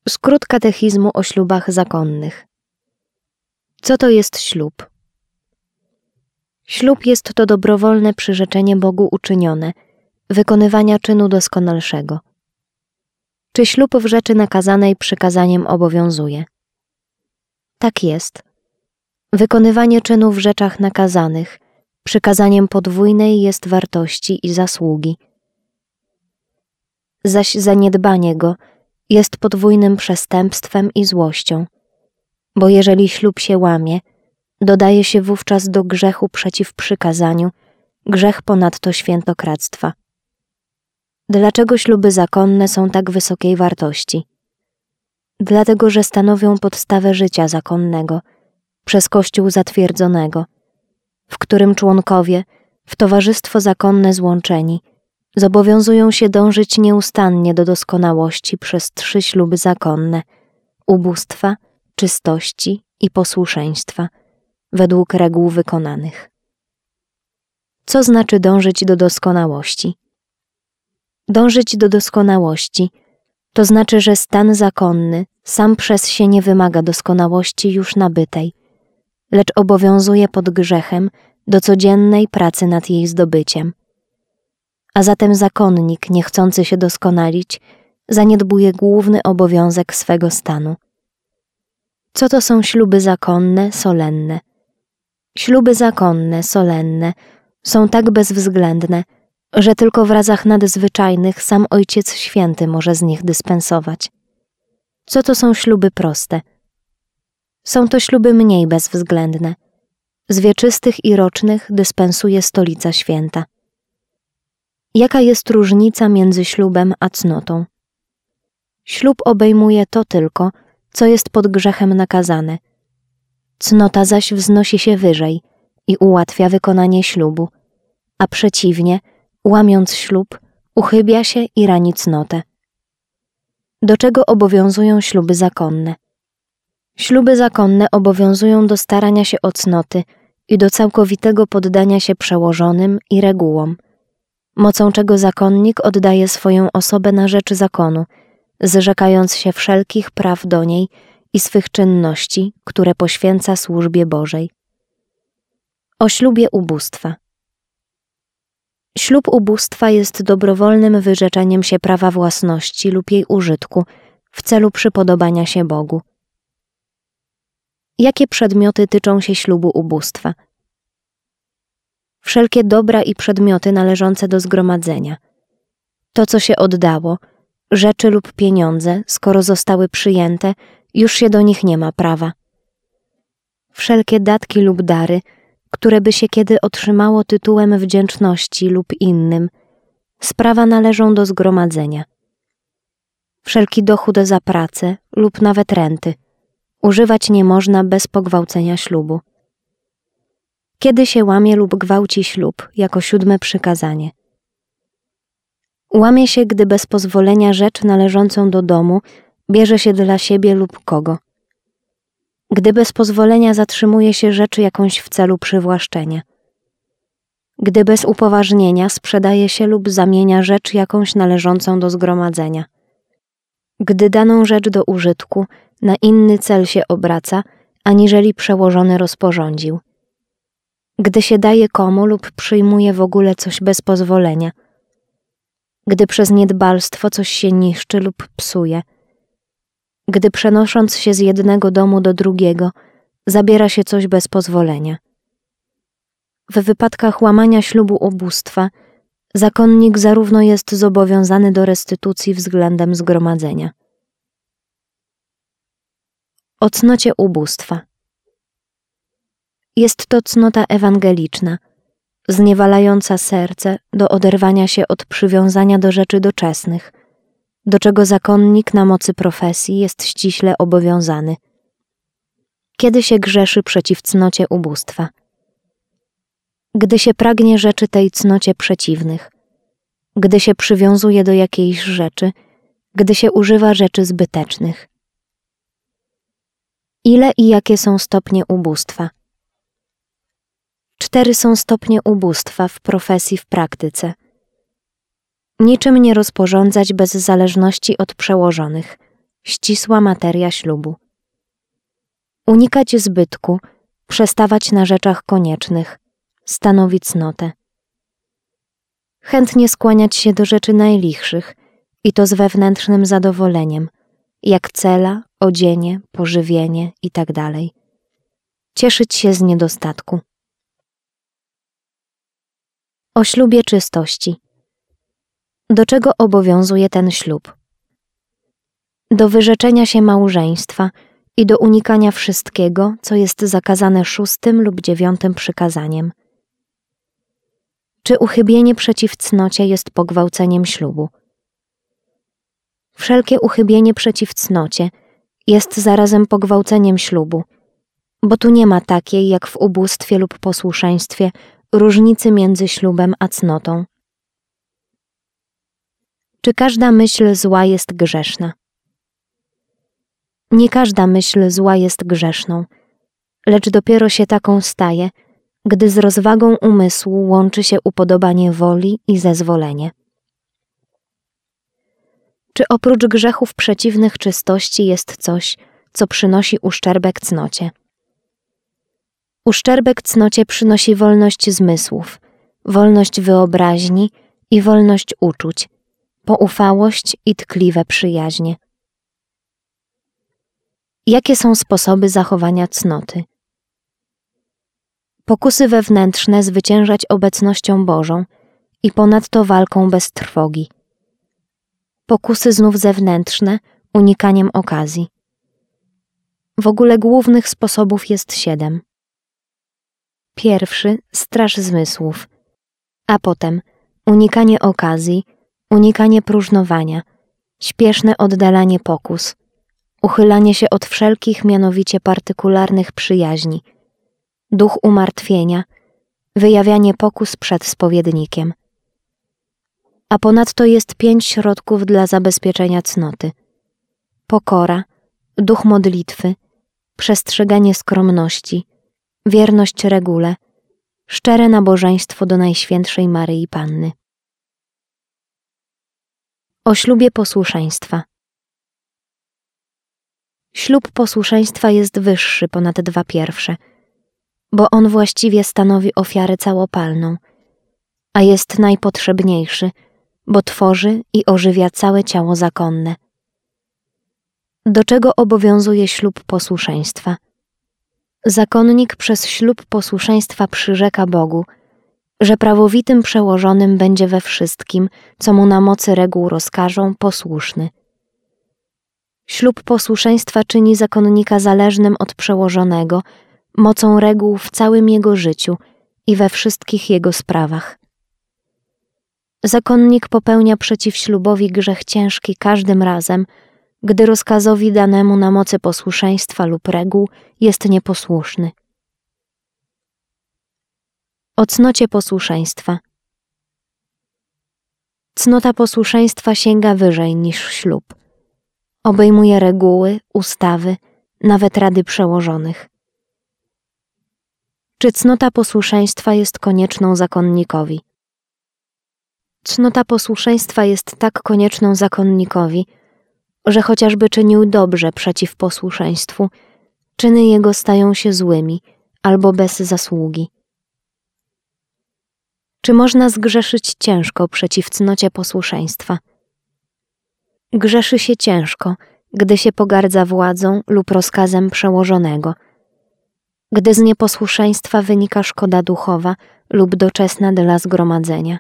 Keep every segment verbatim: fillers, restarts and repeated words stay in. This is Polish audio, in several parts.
Skrót katechizmu o ślubach zakonnych. Co to jest ślub? Ślub jest to dobrowolne przyrzeczenie Bogu uczynione, wykonywania czynu doskonalszego. Czy ślub w rzeczy nakazanej przykazaniem obowiązuje? Tak jest. Wykonywanie czynu w rzeczach nakazanych przykazaniem podwójnej jest wartości i zasługi. Zaś zaniedbanie go jest podwójnym przestępstwem i złością, bo jeżeli ślub się łamie, dodaje się wówczas do grzechu przeciw przykazaniu grzech ponadto świętokradztwa. Dlaczego śluby zakonne są tak wysokiej wartości? Dlatego, że stanowią podstawę życia zakonnego, przez Kościół zatwierdzonego, w którym członkowie, w towarzystwo zakonne złączeni, zobowiązują się dążyć nieustannie do doskonałości przez trzy śluby zakonne, ubóstwa, czystości i posłuszeństwa, według reguł wykonanych. Co znaczy dążyć do doskonałości? Dążyć do doskonałości to znaczy, że stan zakonny sam przez się nie wymaga doskonałości już nabytej, lecz obowiązuje pod grzechem do codziennej pracy nad jej zdobyciem. A zatem zakonnik, nie chcący się doskonalić, zaniedbuje główny obowiązek swego stanu. Co to są śluby zakonne, solenne? Śluby zakonne, solenne są tak bezwzględne, że tylko w razach nadzwyczajnych sam Ojciec Święty może z nich dyspensować. Co to są śluby proste? Są to śluby mniej bezwzględne. Z wieczystych i rocznych dyspensuje Stolica Święta. Jaka jest różnica między ślubem a cnotą? Ślub obejmuje to tylko, co jest pod grzechem nakazane. Cnota zaś wznosi się wyżej i ułatwia wykonanie ślubu, a przeciwnie, łamiąc ślub, uchybia się i rani cnotę. Do czego obowiązują śluby zakonne? Śluby zakonne obowiązują do starania się o cnoty i do całkowitego poddania się przełożonym i regułom, mocą czego zakonnik oddaje swoją osobę na rzecz zakonu, zrzekając się wszelkich praw do niej i swych czynności, które poświęca służbie Bożej. O ślubie ubóstwa. Ślub ubóstwa jest dobrowolnym wyrzeczeniem się prawa własności lub jej użytku w celu przypodobania się Bogu. Jakie przedmioty tyczą się ślubu ubóstwa? Wszelkie dobra i przedmioty należące do zgromadzenia. To, co się oddało, rzeczy lub pieniądze, skoro zostały przyjęte, już się do nich nie ma prawa. Wszelkie datki lub dary, które by się kiedy otrzymało tytułem wdzięczności lub innym, sprawa należą do zgromadzenia. Wszelki dochód za pracę lub nawet renty używać nie można bez pogwałcenia ślubu. Kiedy się łamie lub gwałci ślub jako siódme przykazanie? Łamie się, gdy bez pozwolenia rzecz należącą do domu bierze się dla siebie lub kogo. Gdy bez pozwolenia zatrzymuje się rzecz jakąś w celu przywłaszczenia. Gdy bez upoważnienia sprzedaje się lub zamienia rzecz jakąś należącą do zgromadzenia. Gdy daną rzecz do użytku na inny cel się obraca, aniżeli przełożony rozporządził. Gdy się daje komu lub przyjmuje w ogóle coś bez pozwolenia. Gdy przez niedbalstwo coś się niszczy lub psuje. Gdy przenosząc się z jednego domu do drugiego, zabiera się coś bez pozwolenia. W wypadkach łamania ślubu ubóstwa, zakonnik zarówno jest zobowiązany do restytucji względem zgromadzenia. O cnocie ubóstwa. Jest to cnota ewangeliczna, zniewalająca serce do oderwania się od przywiązania do rzeczy doczesnych, do czego zakonnik na mocy profesji jest ściśle obowiązany. Kiedy się grzeszy przeciw cnocie ubóstwa? Gdy się pragnie rzeczy tej cnocie przeciwnych, gdy się przywiązuje do jakiejś rzeczy, gdy się używa rzeczy zbytecznych. Ile i jakie są stopnie ubóstwa? Cztery są stopnie ubóstwa w profesji w praktyce. Niczym nie rozporządzać bez zależności od przełożonych, ścisła materia ślubu. Unikać zbytku, przestawać na rzeczach koniecznych, stanowi cnotę. Chętnie skłaniać się do rzeczy najlichszych i to z wewnętrznym zadowoleniem, jak cela, odzienie, pożywienie itd. Cieszyć się z niedostatku. O ślubie czystości. Do czego obowiązuje ten ślub? Do wyrzeczenia się małżeństwa i do unikania wszystkiego, co jest zakazane szóstym lub dziewiątym przykazaniem. Czy uchybienie przeciw cnocie jest pogwałceniem ślubu? Wszelkie uchybienie przeciw cnocie jest zarazem pogwałceniem ślubu, bo tu nie ma takiej, jak w ubóstwie lub posłuszeństwie, różnicy między ślubem a cnotą. Czy każda myśl zła jest grzeszna? Nie każda myśl zła jest grzeszną, lecz dopiero się taką staje, gdy z rozwagą umysłu łączy się upodobanie woli i zezwolenie. Czy oprócz grzechów przeciwnych czystości jest coś, co przynosi uszczerbek cnocie? Uszczerbek cnocie przynosi wolność zmysłów, wolność wyobraźni i wolność uczuć, poufałość i tkliwe przyjaźnie. Jakie są sposoby zachowania cnoty? Pokusy wewnętrzne zwyciężać obecnością Bożą i ponadto walką bez trwogi. Pokusy znów zewnętrzne unikaniem okazji. W ogóle głównych sposobów jest siedem. Pierwszy – straż zmysłów, a potem unikanie okazji, unikanie próżnowania, śpieszne oddalanie pokus, uchylanie się od wszelkich mianowicie partykularnych przyjaźni, duch umartwienia, wyjawianie pokus przed spowiednikiem. A ponadto jest pięć środków dla zabezpieczenia cnoty: pokora, duch modlitwy, przestrzeganie skromności, wierność regule, szczere nabożeństwo do Najświętszej Maryi Panny. O ślubie posłuszeństwa. Ślub posłuszeństwa jest wyższy ponad dwa pierwsze, bo on właściwie stanowi ofiarę całopalną, a jest najpotrzebniejszy, bo tworzy i ożywia całe ciało zakonne. Do czego obowiązuje ślub posłuszeństwa? Zakonnik przez ślub posłuszeństwa przyrzeka Bogu, że prawowitym przełożonym będzie we wszystkim, co mu na mocy reguł rozkażą, posłuszny. Ślub posłuszeństwa czyni zakonnika zależnym od przełożonego, mocą reguł w całym jego życiu i we wszystkich jego sprawach. Zakonnik popełnia przeciw ślubowi grzech ciężki każdym razem, gdy rozkazowi danemu na mocy posłuszeństwa lub reguł jest nieposłuszny. O cnocie posłuszeństwa. Cnota posłuszeństwa sięga wyżej niż ślub. Obejmuje reguły, ustawy, nawet rady przełożonych. Czy cnota posłuszeństwa jest konieczną zakonnikowi? Cnota posłuszeństwa jest tak konieczną zakonnikowi, że chociażby czynił dobrze przeciw posłuszeństwu, czyny jego stają się złymi albo bez zasługi. Czy można zgrzeszyć ciężko przeciw cnocie posłuszeństwa? Grzeszy się ciężko, gdy się pogardza władzą lub rozkazem przełożonego, gdy z nieposłuszeństwa wynika szkoda duchowa lub doczesna dla zgromadzenia.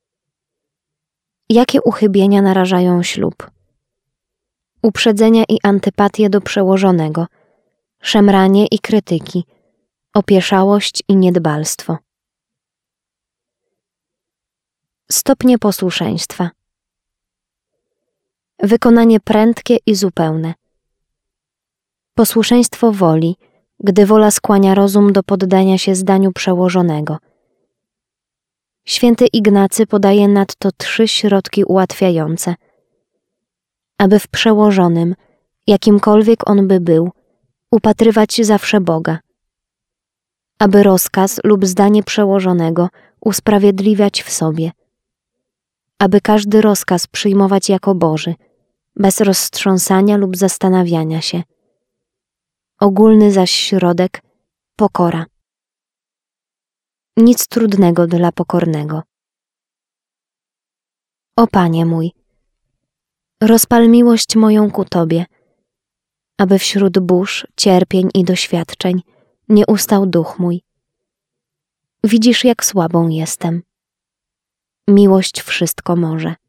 Jakie uchybienia narażają ślub? Uprzedzenia i antypatie do przełożonego, szemranie i krytyki, opieszałość i niedbalstwo. Stopnie posłuszeństwa. Wykonanie prędkie i zupełne. Posłuszeństwo woli, gdy wola skłania rozum do poddania się zdaniu przełożonego. Święty Ignacy podaje nadto trzy środki ułatwiające, aby w przełożonym, jakimkolwiek on by był, upatrywać zawsze Boga, aby rozkaz lub zdanie przełożonego usprawiedliwiać w sobie, aby każdy rozkaz przyjmować jako Boży, bez roztrząsania lub zastanawiania się. Ogólny zaś środek – pokora. Nic trudnego dla pokornego. O Panie mój, rozpal miłość moją ku Tobie, aby wśród burz, cierpień i doświadczeń nie ustał duch mój. Widzisz, jak słabą jestem. Miłość wszystko może.